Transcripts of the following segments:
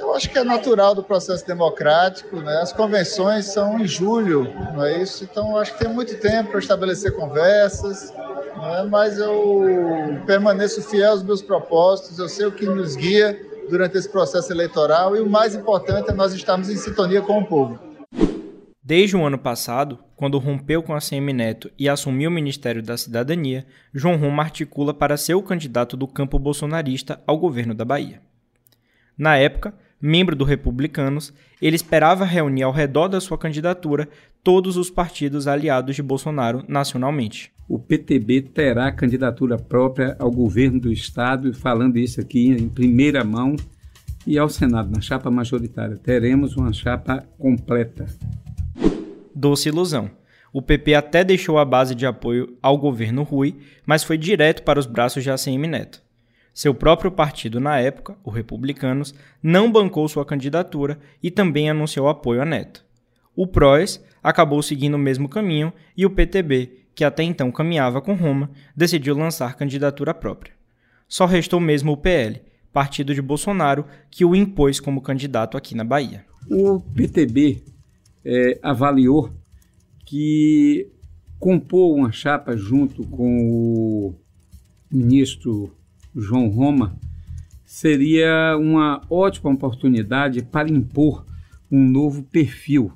Eu acho que é natural do processo democrático, né? As convenções são em julho, não é isso? Então, eu acho que tem muito tempo para estabelecer conversas, né? Mas eu permaneço fiel aos meus propósitos, eu sei o que nos guia durante esse processo eleitoral e o mais importante é nós estarmos em sintonia com o povo. Desde o ano passado, quando rompeu com a ACM Neto e assumiu o Ministério da Cidadania, João Roma articula para ser o candidato do campo bolsonarista ao governo da Bahia. Na época, membro do Republicanos, ele esperava reunir ao redor da sua candidatura todos os partidos aliados de Bolsonaro nacionalmente. O PTB terá candidatura própria ao governo do Estado, e falando isso aqui em primeira mão, e ao Senado, na chapa majoritária. Teremos uma chapa completa. Doce ilusão. O PP até deixou a base de apoio ao governo Rui, mas foi direto para os braços de ACM Neto. Seu próprio partido na época, o Republicanos, não bancou sua candidatura e também anunciou apoio a Neto. O PROS acabou seguindo o mesmo caminho e o PTB, que até então caminhava com Roma, decidiu lançar candidatura própria. Só restou mesmo o PL, partido de Bolsonaro, que o impôs como candidato aqui na Bahia. O PTB avaliou que compor uma chapa junto com o ministro João Roma seria uma ótima oportunidade para impor um novo perfil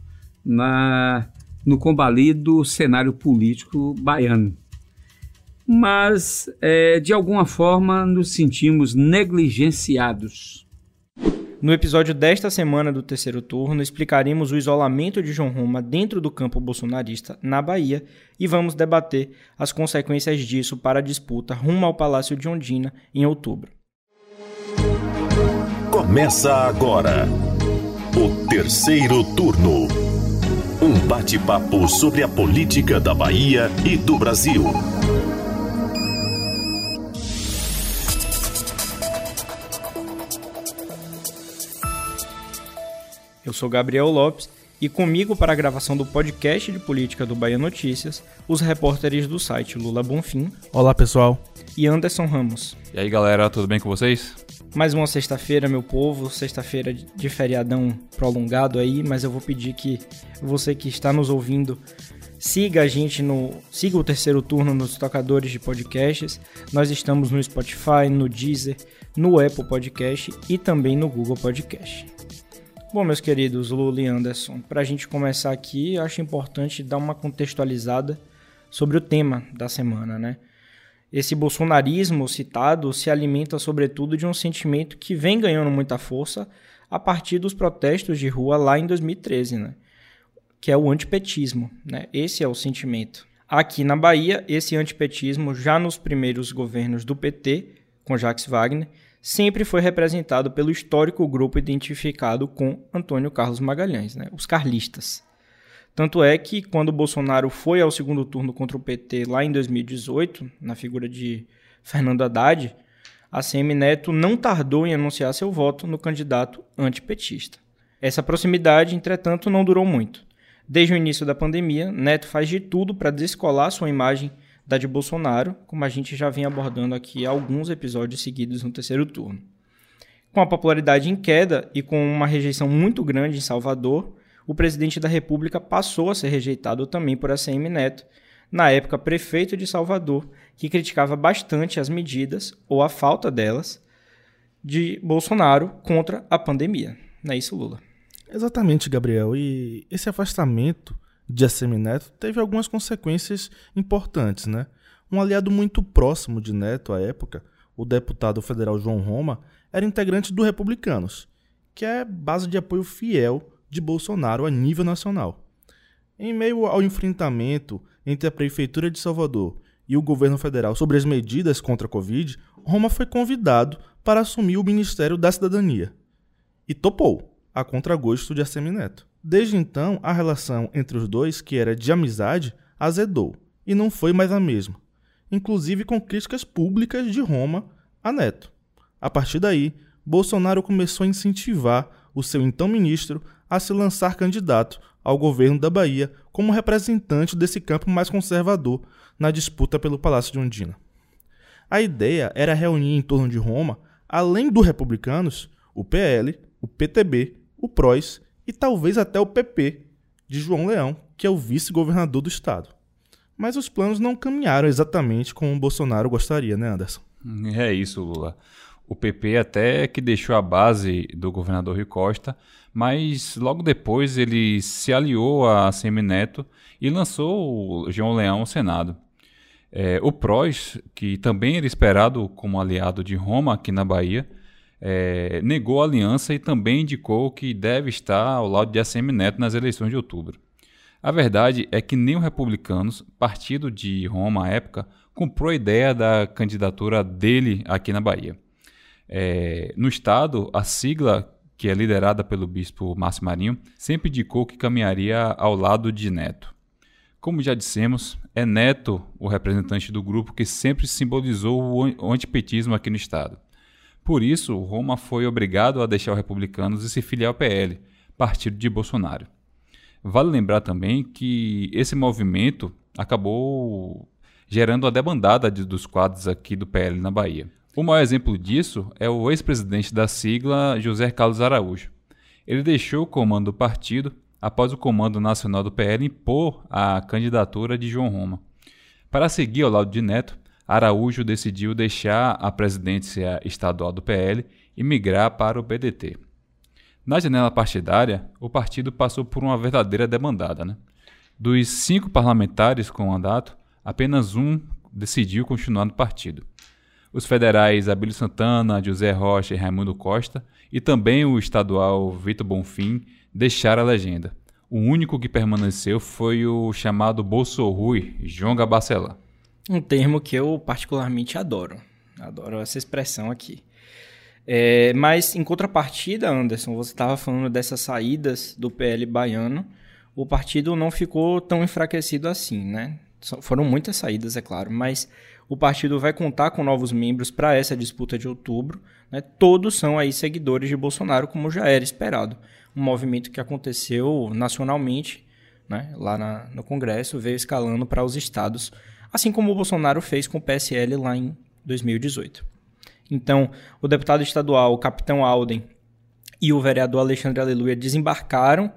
no combalido cenário político baiano. Mas, de alguma forma, nos sentimos negligenciados. No episódio desta semana do terceiro turno, explicaremos o isolamento de João Roma dentro do campo bolsonarista na Bahia e vamos debater as consequências disso para a disputa rumo ao Palácio de Ondina em outubro. Começa agora o terceiro turno. Um bate-papo sobre a política da Bahia e do Brasil. Eu sou Gabriel Lopes e comigo para a gravação do podcast de política do Bahia Notícias, os repórteres do site Lula Bonfim. Olá, pessoal. E Anderson Ramos. E aí, galera, tudo bem com vocês? Mais uma sexta-feira, meu povo, sexta-feira de feriadão prolongado aí, mas eu vou pedir que você que está nos ouvindo siga o terceiro turno nos tocadores de podcasts. Nós estamos no Spotify, no Deezer, no Apple Podcast e também no Google Podcast. Bom, meus queridos Lula e Anderson, para a gente começar aqui, eu acho importante dar uma contextualizada sobre o tema da semana, né? Esse bolsonarismo citado se alimenta sobretudo de um sentimento que vem ganhando muita força a partir dos protestos de rua lá em 2013, né? Que é o antipetismo, né? Esse é o sentimento. Aqui na Bahia, esse antipetismo, já nos primeiros governos do PT, com Jacques Wagner, sempre foi representado pelo histórico grupo identificado com Antônio Carlos Magalhães, né? Os carlistas. Tanto é que, quando Bolsonaro foi ao segundo turno contra o PT lá em 2018, na figura de Fernando Haddad, a ACM Neto não tardou em anunciar seu voto no candidato antipetista. Essa proximidade, entretanto, não durou muito. Desde o início da pandemia, Neto faz de tudo para descolar sua imagem da de Bolsonaro, como a gente já vem abordando aqui há alguns episódios seguidos no terceiro turno. Com a popularidade em queda e com uma rejeição muito grande em Salvador, o presidente da República passou a ser rejeitado também por ACM Neto, na época prefeito de Salvador, que criticava bastante as medidas, ou a falta delas, de Bolsonaro contra a pandemia. Não é isso, Lula? Exatamente, Gabriel. E esse afastamento de ACM Neto teve algumas consequências importantes, né? Um aliado muito próximo de Neto à época, o deputado federal João Roma, era integrante do Republicanos, que é base de apoio fiel de Bolsonaro a nível nacional. Em meio ao enfrentamento entre a Prefeitura de Salvador e o governo federal sobre as medidas contra a Covid, Roma foi convidado para assumir o Ministério da Cidadania. E topou, a contragosto de ACM Neto. Desde então, a relação entre os dois, que era de amizade, azedou e não foi mais a mesma, inclusive com críticas públicas de Roma a Neto. A partir daí, Bolsonaro começou a incentivar o seu então ministro a se lançar candidato ao governo da Bahia como representante desse campo mais conservador na disputa pelo Palácio de Ondina. A ideia era reunir em torno de Roma, além do Republicanos, o PL, o PTB, o PROS e talvez até o PP, de João Leão, que é o vice-governador do estado. Mas os planos não caminharam exatamente como o Bolsonaro gostaria, né, Anderson? É isso, Lula. O PP até que deixou a base do governador Rui Costa, mas logo depois ele se aliou a Semineto e lançou o João Leão ao Senado. O PROS, que também era esperado como aliado de Roma aqui na Bahia, negou a aliança e também indicou que deve estar ao lado de ACM Neto nas eleições de outubro. A verdade é que nem os republicanos, partido de Roma à época, comprou a ideia da candidatura dele aqui na Bahia. No estado, a sigla, que é liderada pelo bispo Márcio Marinho, sempre indicou que caminharia ao lado de Neto. Como já dissemos, é Neto o representante do grupo que sempre simbolizou o antipetismo aqui no estado. Por isso, Roma foi obrigado a deixar os republicanos e se filiar ao PL, partido de Bolsonaro. Vale lembrar também que esse movimento acabou gerando a debandada dos quadros aqui do PL na Bahia. O maior exemplo disso é o ex-presidente da sigla, José Carlos Araújo. Ele deixou o comando do partido após o comando nacional do PL impor a candidatura de João Roma. Para seguir ao lado de Neto, Araújo decidiu deixar a presidência estadual do PL e migrar para o PDT. Na janela partidária, o partido passou por uma verdadeira debandada, né? Dos 5 parlamentares com mandato, apenas um decidiu continuar no partido. Os federais Abílio Santana, José Rocha e Raimundo Costa, e também o estadual Vitor Bonfim, deixaram a legenda. O único que permaneceu foi o chamado Bolsorrui, João Gabarcelã. Um termo que eu particularmente adoro. Adoro essa expressão aqui. Mas, em contrapartida, Anderson, você estava falando dessas saídas do PL baiano, o partido não ficou tão enfraquecido assim, né? Foram muitas saídas, é claro, mas o partido vai contar com novos membros para essa disputa de outubro, né? Todos são aí seguidores de Bolsonaro, como já era esperado. Um movimento que aconteceu nacionalmente, né? Lá no Congresso, veio escalando para os estados, assim como o Bolsonaro fez com o PSL lá em 2018. Então, o deputado estadual, o capitão Alden, e o vereador Alexandre Aleluia desembarcaram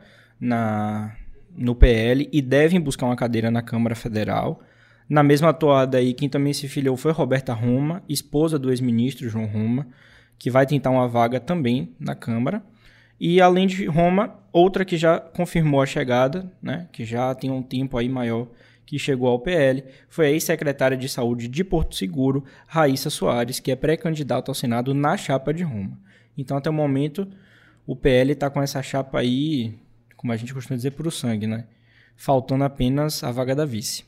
no PL e devem buscar uma cadeira na Câmara Federal. Na mesma toada aí, quem também se filiou foi Roberta Roma, esposa do ex-ministro João Roma, que vai tentar uma vaga também na Câmara. E além de Roma, outra que já confirmou a chegada, né, que já tem um tempo aí maior que chegou ao PL, foi a ex-secretária de Saúde de Porto Seguro, Raíssa Soares, que é pré-candidata ao Senado na chapa de Roma. Então, até o momento, o PL está com essa chapa aí, como a gente costuma dizer, por o sangue, né? Faltando apenas a vaga da vice.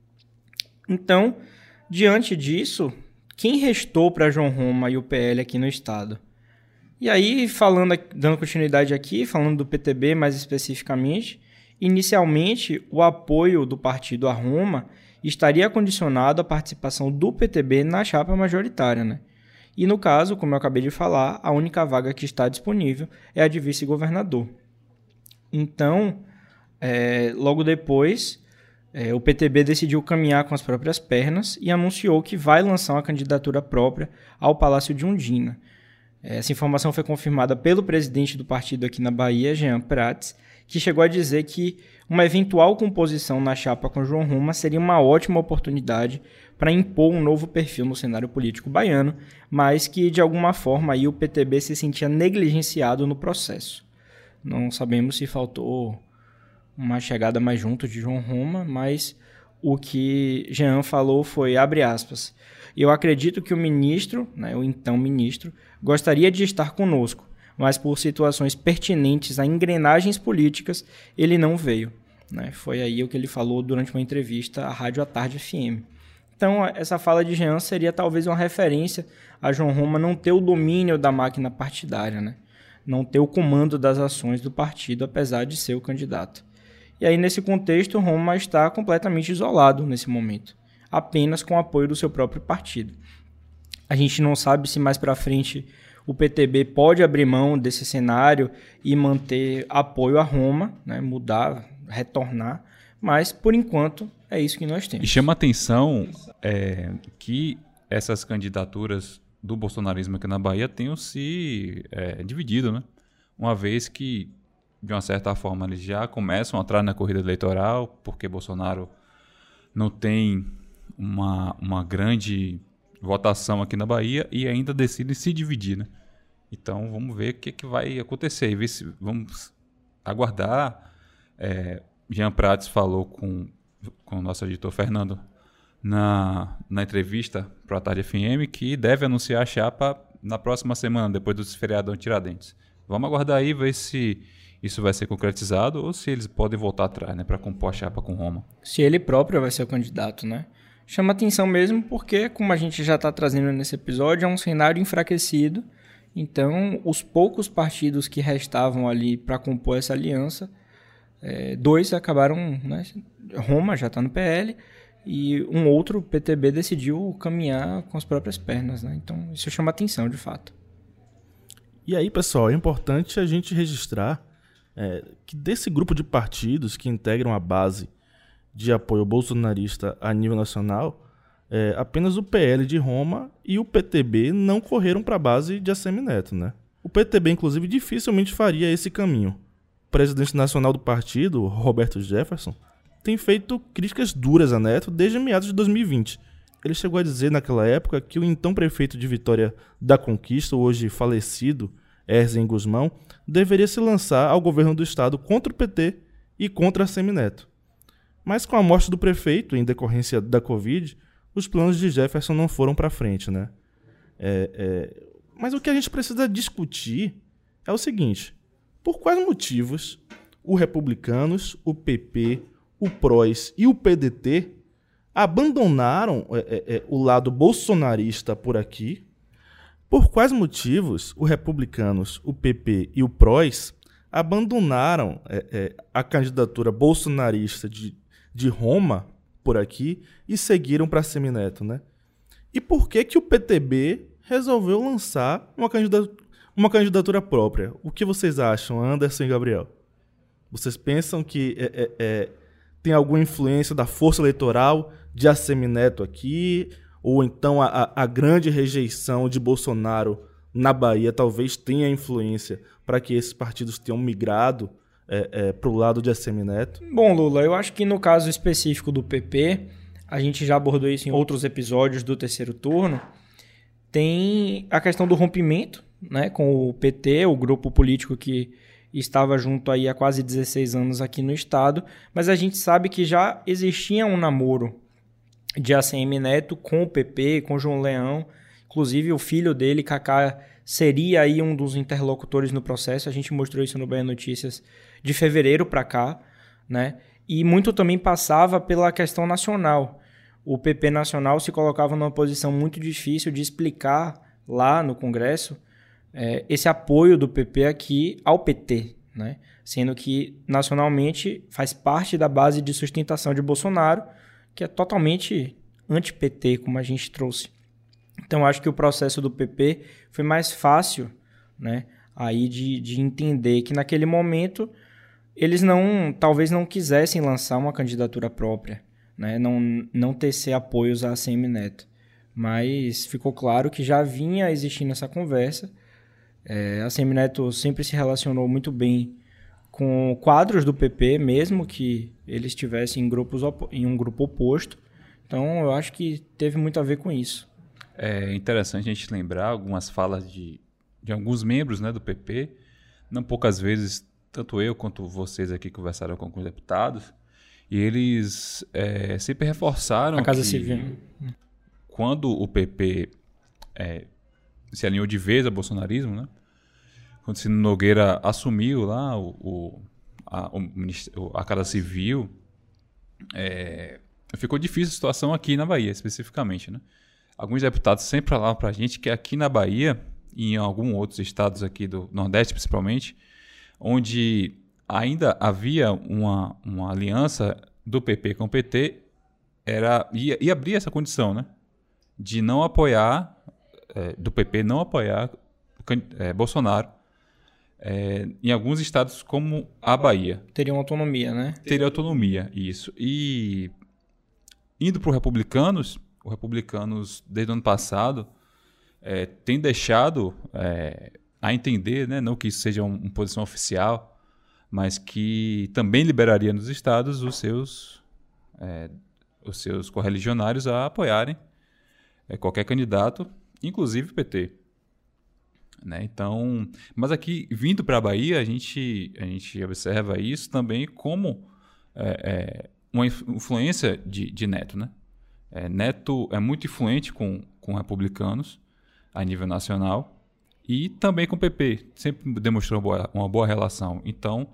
Então, diante disso, quem restou para João Roma e o PL aqui no estado? E aí, dando continuidade aqui, falando do PTB mais especificamente, inicialmente, o apoio do partido a Roma estaria condicionado à participação do PTB na chapa majoritária, né? E no caso, como eu acabei de falar, a única vaga que está disponível é a de vice-governador. Então, logo depois, o PTB decidiu caminhar com as próprias pernas e anunciou que vai lançar uma candidatura própria ao Palácio de Undina. Essa informação foi confirmada pelo presidente do partido aqui na Bahia, Jean Prats, que chegou a dizer que uma eventual composição na chapa com João Roma seria uma ótima oportunidade para impor um novo perfil no cenário político baiano, mas que, de alguma forma, aí o PTB se sentia negligenciado no processo. Não sabemos se faltou uma chegada mais junto de João Roma, mas o que Jean falou foi, abre aspas, eu acredito que o ministro, né, o então ministro, gostaria de estar conosco, mas por situações pertinentes a engrenagens políticas, ele não veio, né? Foi aí o que ele falou durante uma entrevista à Rádio à Tarde FM. Então, essa fala de Jean seria talvez uma referência a João Roma não ter o domínio da máquina partidária, né? Não ter o comando das ações do partido, apesar de ser o candidato. E aí, nesse contexto, Roma está completamente isolado nesse momento, apenas com o apoio do seu próprio partido. A gente não sabe se mais para frente o PTB pode abrir mão desse cenário e manter apoio a Roma, né, mudar, retornar, mas, por enquanto, é isso que nós temos. E chama a atenção que essas candidaturas do bolsonarismo aqui na Bahia tenham se dividido, né? uma vez que, de uma certa forma, eles já começam a entrar na corrida eleitoral, porque Bolsonaro não tem uma grande votação aqui na Bahia e ainda decide se dividir, né? Então, vamos ver o que vai acontecer. Vamos aguardar. Jean Prats falou com o nosso editor Fernando na entrevista para a Tarde FM que deve anunciar a chapa na próxima semana, depois do feriadão Tiradentes. Vamos aguardar aí, ver se isso vai ser concretizado ou se eles podem voltar atrás, né, para compor a chapa com Roma. Se ele próprio vai ser o candidato, né? Chama atenção mesmo porque, como a gente já está trazendo nesse episódio, é um cenário enfraquecido. Então, os poucos partidos que restavam ali para compor essa aliança, 2 acabaram, né? Roma já está no PL e um outro, PTB, decidiu caminhar com as próprias pernas, né? Então, isso chama atenção, de fato. E aí, pessoal, é importante a gente registrar que desse grupo de partidos que integram a base de apoio bolsonarista a nível nacional, apenas o PL de Roma e o PTB não correram para a base de Assemineto, né? O PTB, inclusive, dificilmente faria esse caminho. O presidente nacional do partido, Roberto Jefferson, tem feito críticas duras a Neto desde meados de 2020. Ele chegou a dizer naquela época que o então prefeito de Vitória da Conquista, o hoje falecido Erzen Guzmão, deveria se lançar ao governo do estado contra o PT e contra Assemineto. Mas com a morte do prefeito, em decorrência da Covid, os planos de Jefferson não foram para frente, né? Mas o que a gente precisa discutir é o seguinte: por quais motivos os Republicanos, o PP, o PROS e o PDT abandonaram o lado bolsonarista por aqui? Por quais motivos os Republicanos, o PP e o PROS abandonaram a candidatura bolsonarista de Roma por aqui e seguiram para Assemineto, né? E por que o PTB resolveu lançar uma candidatura própria? O que vocês acham, Anderson e Gabriel? Vocês pensam que tem alguma influência da força eleitoral de Assemineto aqui? Ou então a grande rejeição de Bolsonaro na Bahia talvez tenha influência para que esses partidos tenham migrado para o lado de Assemineto? Bom, Lula, eu acho que no caso específico do PP, a gente já abordou isso em outros episódios do terceiro turno, tem a questão do rompimento, né, com o PT, o grupo político que estava junto aí há quase 16 anos aqui no estado, mas a gente sabe que já existia um namoro de ACM Neto com o PP, com João Leão, inclusive o filho dele, Kaká, seria aí um dos interlocutores no processo. A gente mostrou isso no Bahia Notícias de fevereiro para cá, né? E muito também passava pela questão nacional. O PP nacional se colocava numa posição muito difícil de explicar lá no Congresso esse apoio do PP aqui ao PT, né? Sendo que nacionalmente faz parte da base de sustentação de Bolsonaro, que é totalmente anti-PT, como a gente trouxe. Então, acho que o processo do PP foi mais fácil, né, aí de entender que naquele momento eles talvez não quisessem lançar uma candidatura própria, né, não tecer apoios a ACM Neto. Mas ficou claro que já vinha existindo essa conversa. A ACM Neto sempre se relacionou muito bem com quadros do PP, mesmo que eles estivessem em um grupo oposto. Então, eu acho que teve muito a ver com isso. É interessante a gente lembrar algumas falas de alguns membros, né, do PP. Não poucas vezes, tanto eu quanto vocês aqui conversaram com alguns deputados, e eles sempre reforçaram a Casa Civil. Quando o PP se alinhou de vez ao bolsonarismo, né? Quando Ciro Nogueira assumiu lá a Casa Civil, ficou difícil a situação aqui na Bahia, especificamente, né? Alguns deputados sempre falavam para a gente que aqui na Bahia, e em alguns outros estados aqui do Nordeste principalmente, onde ainda havia uma aliança do PP com o PT, ia abrir essa condição, né? De não apoiar, do PP não apoiar Bolsonaro, em alguns estados como a Bahia. Teriam autonomia, né? Teria autonomia, isso. E indo para os Republicanos, desde o ano passado, tem deixado a entender, né, não que isso seja uma posição oficial, mas que também liberaria nos estados os seus correligionários a apoiarem qualquer candidato, inclusive o PT. Né? Então, mas aqui, vindo para a Bahia, a gente observa isso também como uma influência de Neto. Né? Neto é muito influente com republicanos a nível nacional e também com o PP, sempre demonstrou uma boa relação. Então,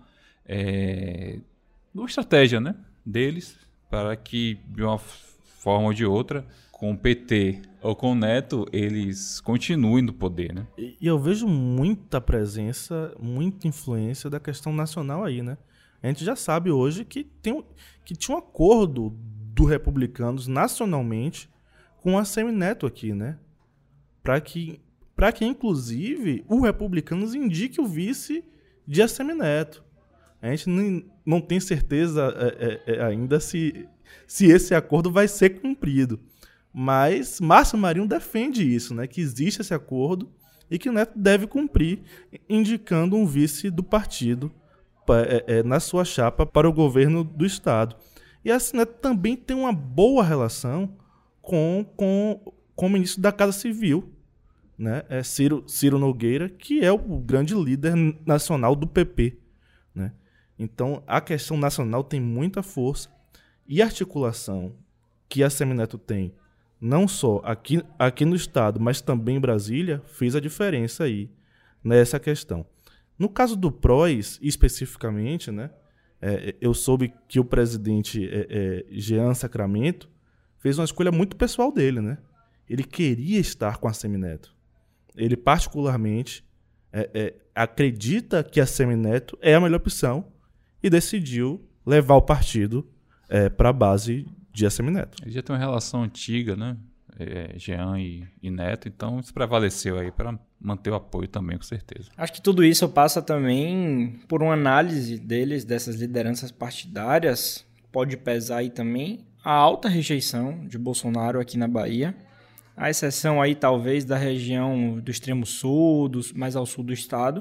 uma estratégia, né, deles para que, de uma forma ou de outra, com o PT ou com o Neto, eles continuem no poder. Né? E eu vejo muita presença, muita influência da questão nacional aí, né? A gente já sabe hoje que tinha um acordo dos republicanos nacionalmente com a Semineto aqui, né? Para que inclusive, os republicanos indique o vice de Assemineto. A gente não tem certeza ainda se esse acordo vai ser cumprido. Mas Márcio Marinho defende isso, né? Que existe esse acordo e que o Neto deve cumprir, indicando um vice do partido na sua chapa para o governo do Estado. E a Assemineto também tem uma boa relação com o ministro da Casa Civil, né? Ciro Nogueira, que é o grande líder nacional do PP. Né? Então, a questão nacional tem muita força e a articulação que a Semineto tem, não só aqui no Estado, mas também em Brasília, fez a diferença aí nessa questão. No caso do PROS, especificamente, né, eu soube que o presidente Jean Sacramento fez uma escolha muito pessoal dele. Né? Ele queria estar com a Semineto. Ele particularmente acredita que a Semineto é a melhor opção e decidiu levar o partido para a base de Assemineto. Ele já tem uma relação antiga, né? Jean e Neto, então isso prevaleceu aí para manter o apoio também, com certeza. Acho que tudo isso passa também por uma análise deles, dessas lideranças partidárias. Pode pesar aí também a alta rejeição de Bolsonaro aqui na Bahia, a exceção aí talvez da região do extremo sul, mais ao sul do estado,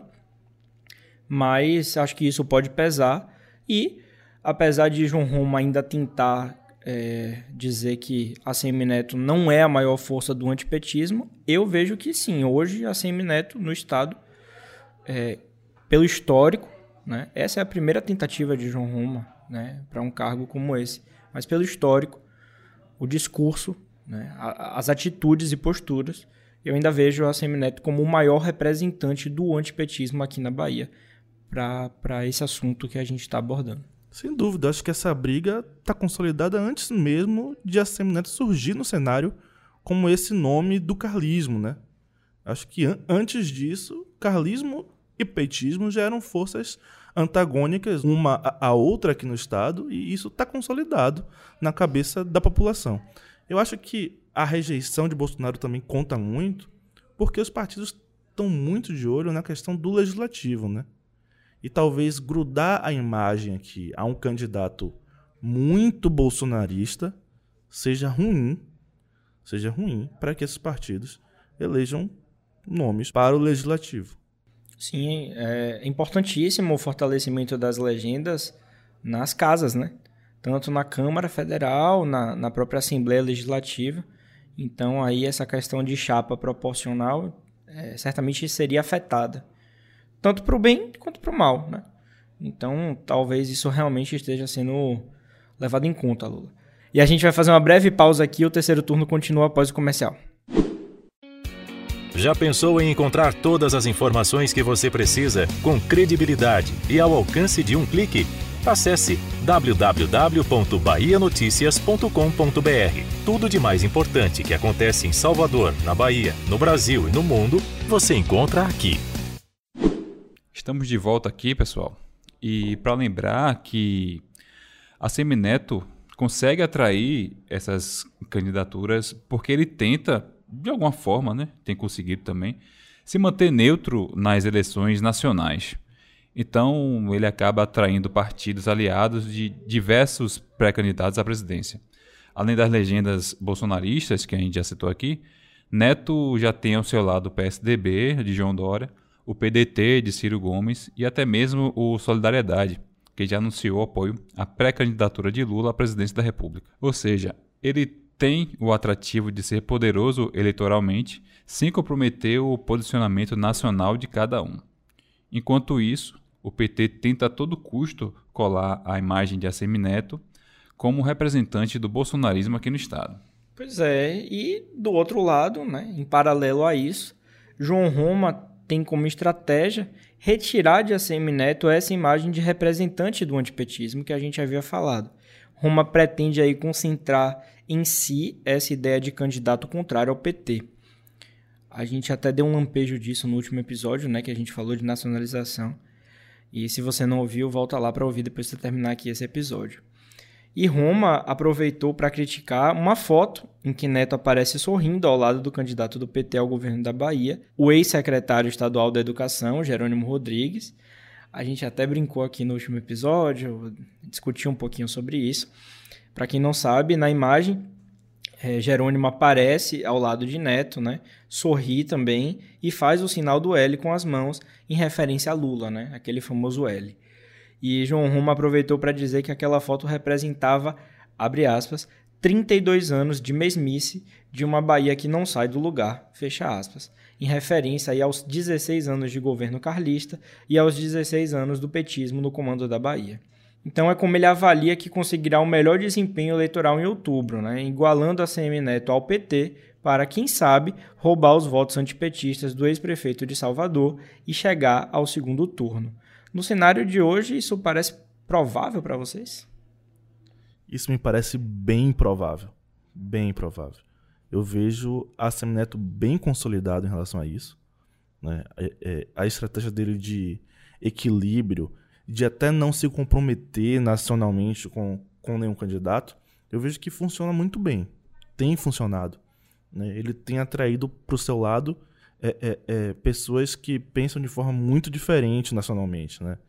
mas acho que isso pode pesar. E apesar de João Roma ainda tentar dizer que a Semineto não é a maior força do antipetismo, eu vejo que sim, hoje a Semineto no estado, pelo histórico, né, essa é a primeira tentativa de João Roma, né, para um cargo como esse, mas pelo histórico, o discurso, né, as atitudes e posturas, eu ainda vejo a Semineto como o maior representante do antipetismo aqui na Bahia para esse assunto que a gente está abordando. Sem dúvida, acho que essa briga está consolidada antes mesmo de a Semineto surgir no cenário como esse nome do carlismo, né? Acho que antes disso, carlismo e petismo já eram forças antagônicas uma à outra aqui no estado, e isso está consolidado na cabeça da população. Eu acho que a rejeição de Bolsonaro também conta muito, porque os partidos estão muito de olho na questão do legislativo, né? E talvez grudar a imagem aqui a um candidato muito bolsonarista seja ruim para que esses partidos elejam nomes para o legislativo. Sim, é importantíssimo o fortalecimento das legendas nas casas, né? Tanto na Câmara Federal, na própria Assembleia Legislativa. Então, aí essa questão de chapa proporcional certamente seria afetada, tanto para o bem quanto para o mal, né? Então, talvez isso realmente esteja sendo levado em conta, Lula. E a gente vai fazer uma breve pausa aqui, o terceiro turno continua após o comercial. Já pensou em encontrar todas as informações que você precisa com credibilidade e ao alcance de um clique? Acesse www.bahianoticias.com.br. Tudo de mais importante que acontece em Salvador, na Bahia, no Brasil e no mundo, você encontra aqui. Estamos de volta aqui, pessoal. E para lembrar que a Semineto consegue atrair essas candidaturas porque ele tenta, de alguma forma, né, tem conseguido também, se manter neutro nas eleições nacionais. Então, ele acaba atraindo partidos aliados de diversos pré-candidatos à presidência. Além das legendas bolsonaristas, que a gente já citou aqui, Neto já tem ao seu lado o PSDB, de João Dória, o PDT de Ciro Gomes e até mesmo o Solidariedade, que já anunciou apoio à pré-candidatura de Lula à presidência da República. Ou seja, ele tem o atrativo de ser poderoso eleitoralmente, sem comprometer o posicionamento nacional de cada um. Enquanto isso, o PT tenta a todo custo colar a imagem de Assemineto como representante do bolsonarismo aqui no estado. Pois é, e do outro lado, né, em paralelo a isso, João Roma tem como estratégia retirar de Assemineto essa imagem de representante do antipetismo que a gente havia falado. Roma pretende aí concentrar em si essa ideia de candidato contrário ao PT. A gente até deu um lampejo disso no último episódio, né, que a gente falou de nacionalização. E se você não ouviu, volta lá para ouvir depois de terminar aqui esse episódio. E Roma aproveitou para criticar uma foto em que Neto aparece sorrindo ao lado do candidato do PT ao governo da Bahia, o ex-secretário estadual da Educação, Jerônimo Rodrigues. A gente até brincou aqui no último episódio, discutiu um pouquinho sobre isso. Para quem não sabe, na imagem, Jerônimo aparece ao lado de Neto, né? Sorri também e faz o sinal do L com as mãos em referência a Lula, né? Aquele famoso L. E João Roma aproveitou para dizer que aquela foto representava, abre aspas, 32 anos de mesmice de uma Bahia que não sai do lugar, fecha aspas, em referência aí aos 16 anos de governo carlista e aos 16 anos do petismo no comando da Bahia. Então é como ele avalia que conseguirá o melhor desempenho eleitoral em outubro, né, igualando a Assemineto ao PT para, quem sabe, roubar os votos antipetistas do ex-prefeito de Salvador e chegar ao segundo turno. No cenário de hoje, isso parece provável para vocês? Isso me parece bem provável. Bem provável. Eu vejo a Assemineto bem consolidado em relação a isso, né? A estratégia dele de equilíbrio, de até não se comprometer nacionalmente com nenhum candidato, eu vejo que funciona muito bem. Tem funcionado, né? Ele tem atraído para o seu lado pessoas que pensam de forma muito diferente nacionalmente, né?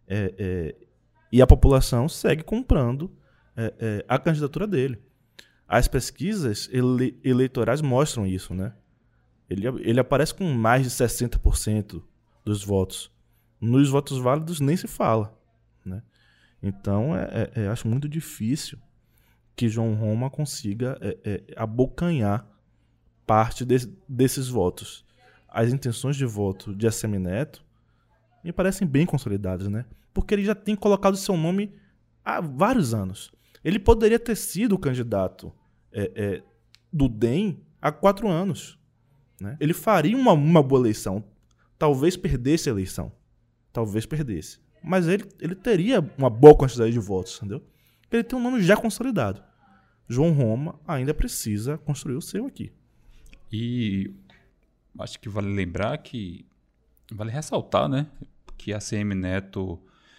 E a população segue comprando a candidatura dele. As pesquisas eleitorais mostram isso, né? Ele aparece com mais de 60% dos votos. Nos votos válidos nem se fala, né? Então, acho muito difícil que João Roma consiga abocanhar parte desses votos. As intenções de voto de Assemineto me parecem bem consolidadas, né? Porque ele já tem colocado seu nome há vários anos. Ele poderia ter sido o candidato do DEM há 4 anos, né? Ele faria uma boa eleição. Talvez perdesse a eleição. Talvez perdesse. Mas ele teria uma boa quantidade de votos, entendeu? Ele tem um nome já consolidado. João Roma ainda precisa construir o seu aqui. E acho que vale lembrar que... Vale ressaltar, né? Que a Assemineto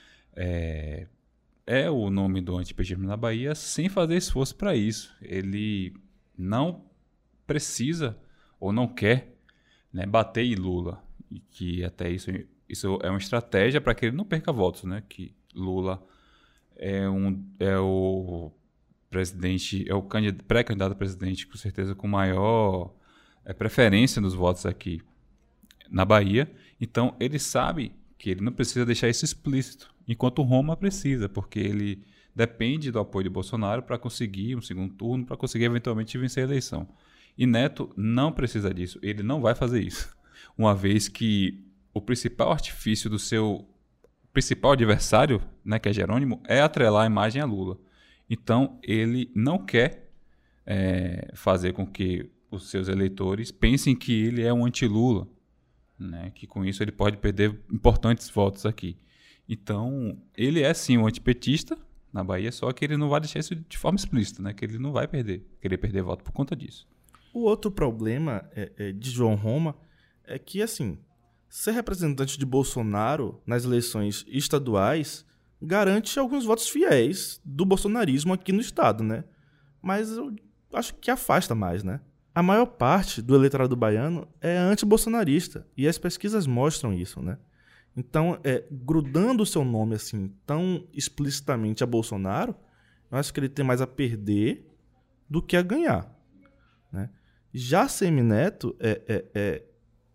é o nome do antipetismo na Bahia sem fazer esforço para isso. Ele não precisa ou não quer, né, bater em Lula. E que até isso é uma estratégia para que ele não perca votos, né? Que Lula é o presidente, é o pré-candidato a presidente, com certeza, com maior preferência nos votos aqui na Bahia. Então, ele sabe que ele não precisa deixar isso explícito, enquanto Roma precisa, porque ele depende do apoio de Bolsonaro para conseguir um segundo turno, para conseguir eventualmente vencer a eleição. E Neto não precisa disso, ele não vai fazer isso, uma vez que o principal artifício do seu principal adversário, né, que é Jerônimo, é atrelar a imagem a Lula. Então, ele não quer fazer com que os seus eleitores pensem que ele é um anti-Lula, né, que com isso ele pode perder importantes votos aqui. Então, ele é sim um antipetista na Bahia, só que ele não vai deixar isso de forma explícita, né, que ele não vai querer perder voto por conta disso. O outro problema de João Roma é que, assim, ser representante de Bolsonaro nas eleições estaduais garante alguns votos fiéis do bolsonarismo aqui no estado, né? Mas eu acho que afasta mais, né? A maior parte do eleitorado baiano é anti-bolsonarista, e as pesquisas mostram isso, né? Então, grudando o seu nome assim tão explicitamente a Bolsonaro, eu acho que ele tem mais a perder do que a ganhar, né? Já Assemineto,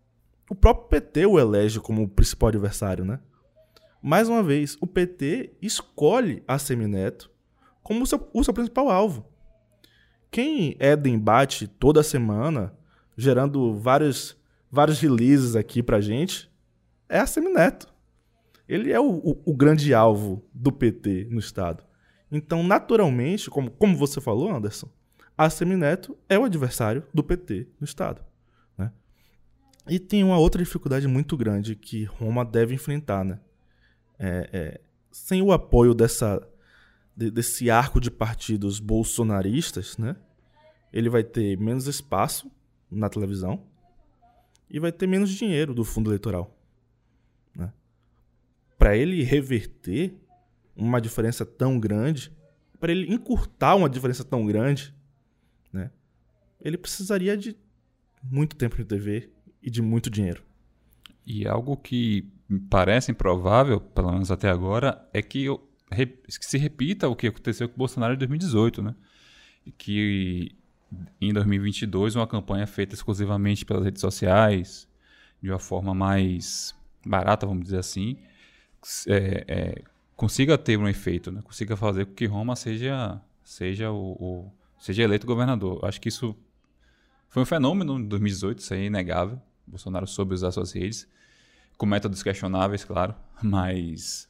O próprio PT o elege como o principal adversário, né? Mais uma vez, o PT escolhe Assemineto como o seu principal alvo. Quem é do embate toda semana, gerando vários releases aqui pra gente, é Assemineto. Ele é o grande alvo do PT no Estado. Então, naturalmente, como você falou, Anderson, Assemineto é o adversário do PT no Estado, né? E tem uma outra dificuldade muito grande que Roma deve enfrentar, né? Sem o apoio desse arco de partidos bolsonaristas, né? Ele vai ter menos espaço na televisão e vai ter menos dinheiro do fundo eleitoral, né? Para ele reverter uma diferença tão grande, para ele encurtar uma diferença tão grande, né? Ele precisaria de muito tempo de TV e de muito dinheiro. E algo que parece improvável, pelo menos até agora, é que se repita o que aconteceu com o Bolsonaro em 2018, né? Que em 2022 uma campanha feita exclusivamente pelas redes sociais, de uma forma mais barata, vamos dizer assim, consiga ter um efeito, né? Consiga fazer com que Roma seja eleito governador. Acho que isso foi um fenômeno em 2018, isso é inegável. Bolsonaro soube usar suas redes, com métodos questionáveis, claro, mas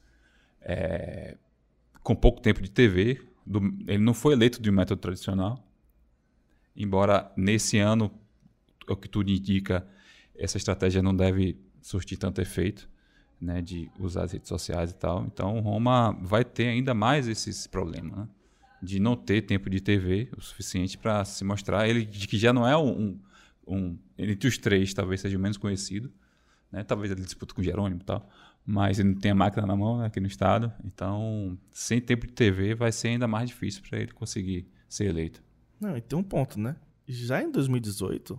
com pouco tempo de TV. Ele não foi eleito de um método tradicional, embora nesse ano, o que tudo indica, essa estratégia não deve surtir tanto efeito, né, de usar as redes sociais e tal. Então, Roma vai ter ainda mais esses problemas, né, de não ter tempo de TV o suficiente para se mostrar. Ele de que já não é entre os três, talvez seja o menos conhecido, né? Talvez ele disputa com o Jerônimo e tal, mas ele não tem a máquina na mão, né, aqui no estado. Então, sem tempo de TV, vai ser ainda mais difícil para ele conseguir ser eleito. Não, e tem um ponto, né? Já em 2018,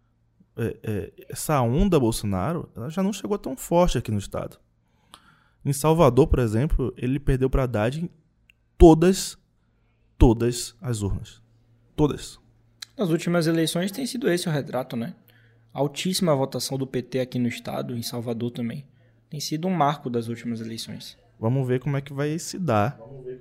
essa onda Bolsonaro, ela já não chegou tão forte aqui no estado. Em Salvador, por exemplo, ele perdeu para Haddad em todas as urnas. Todas. Nas últimas eleições tem sido esse o retrato, né? Altíssima votação do PT aqui no estado, em Salvador também. Tem sido um marco das últimas eleições. Vamos ver como é que vai se dar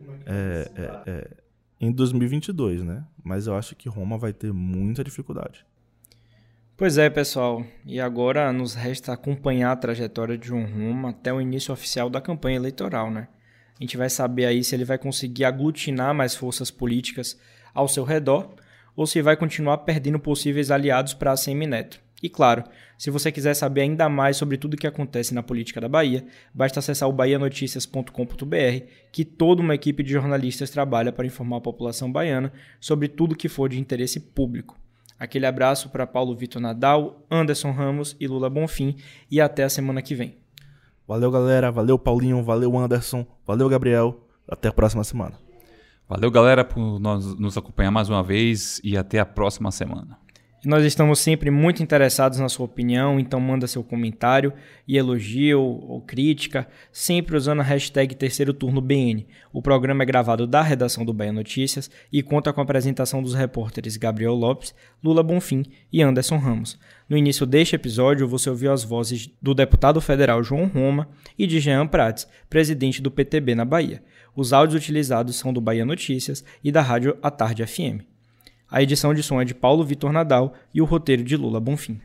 em 2022, né? Mas eu acho que Roma vai ter muita dificuldade. Pois é, pessoal. E agora nos resta acompanhar a trajetória de João Roma até o início oficial da campanha eleitoral, né? A gente vai saber aí se ele vai conseguir aglutinar mais forças políticas ao seu redor ou se vai continuar perdendo possíveis aliados para Assemineto. E claro, se você quiser saber ainda mais sobre tudo o que acontece na política da Bahia, basta acessar o bahianoticias.com.br, que toda uma equipe de jornalistas trabalha para informar a população baiana sobre tudo que for de interesse público. Aquele abraço para Paulo Vitor Nadal, Anderson Ramos e Lula Bonfim, e até a semana que vem. Valeu, galera. Valeu, Paulinho. Valeu, Anderson. Valeu, Gabriel. Até a próxima semana. Valeu, galera, por nos acompanhar mais uma vez e até a próxima semana. E nós estamos sempre muito interessados na sua opinião, então manda seu comentário e elogio ou crítica, sempre usando a hashtag Terceiro Turno BN. O programa é gravado da redação do Bahia Notícias e conta com a apresentação dos repórteres Gabriel Lopes, Lula Bonfim e Anderson Ramos. No início deste episódio, você ouviu as vozes do deputado federal João Roma e de Jean Prates, presidente do PTB na Bahia. Os áudios utilizados são do Bahia Notícias e da rádio A Tarde FM. A edição de som é de Paulo Vitor Nadal e o roteiro de Lula Bonfim.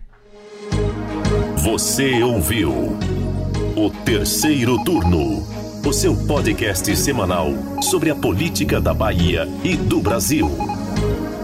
Você ouviu o Terceiro Turno, o seu podcast semanal sobre a política da Bahia e do Brasil.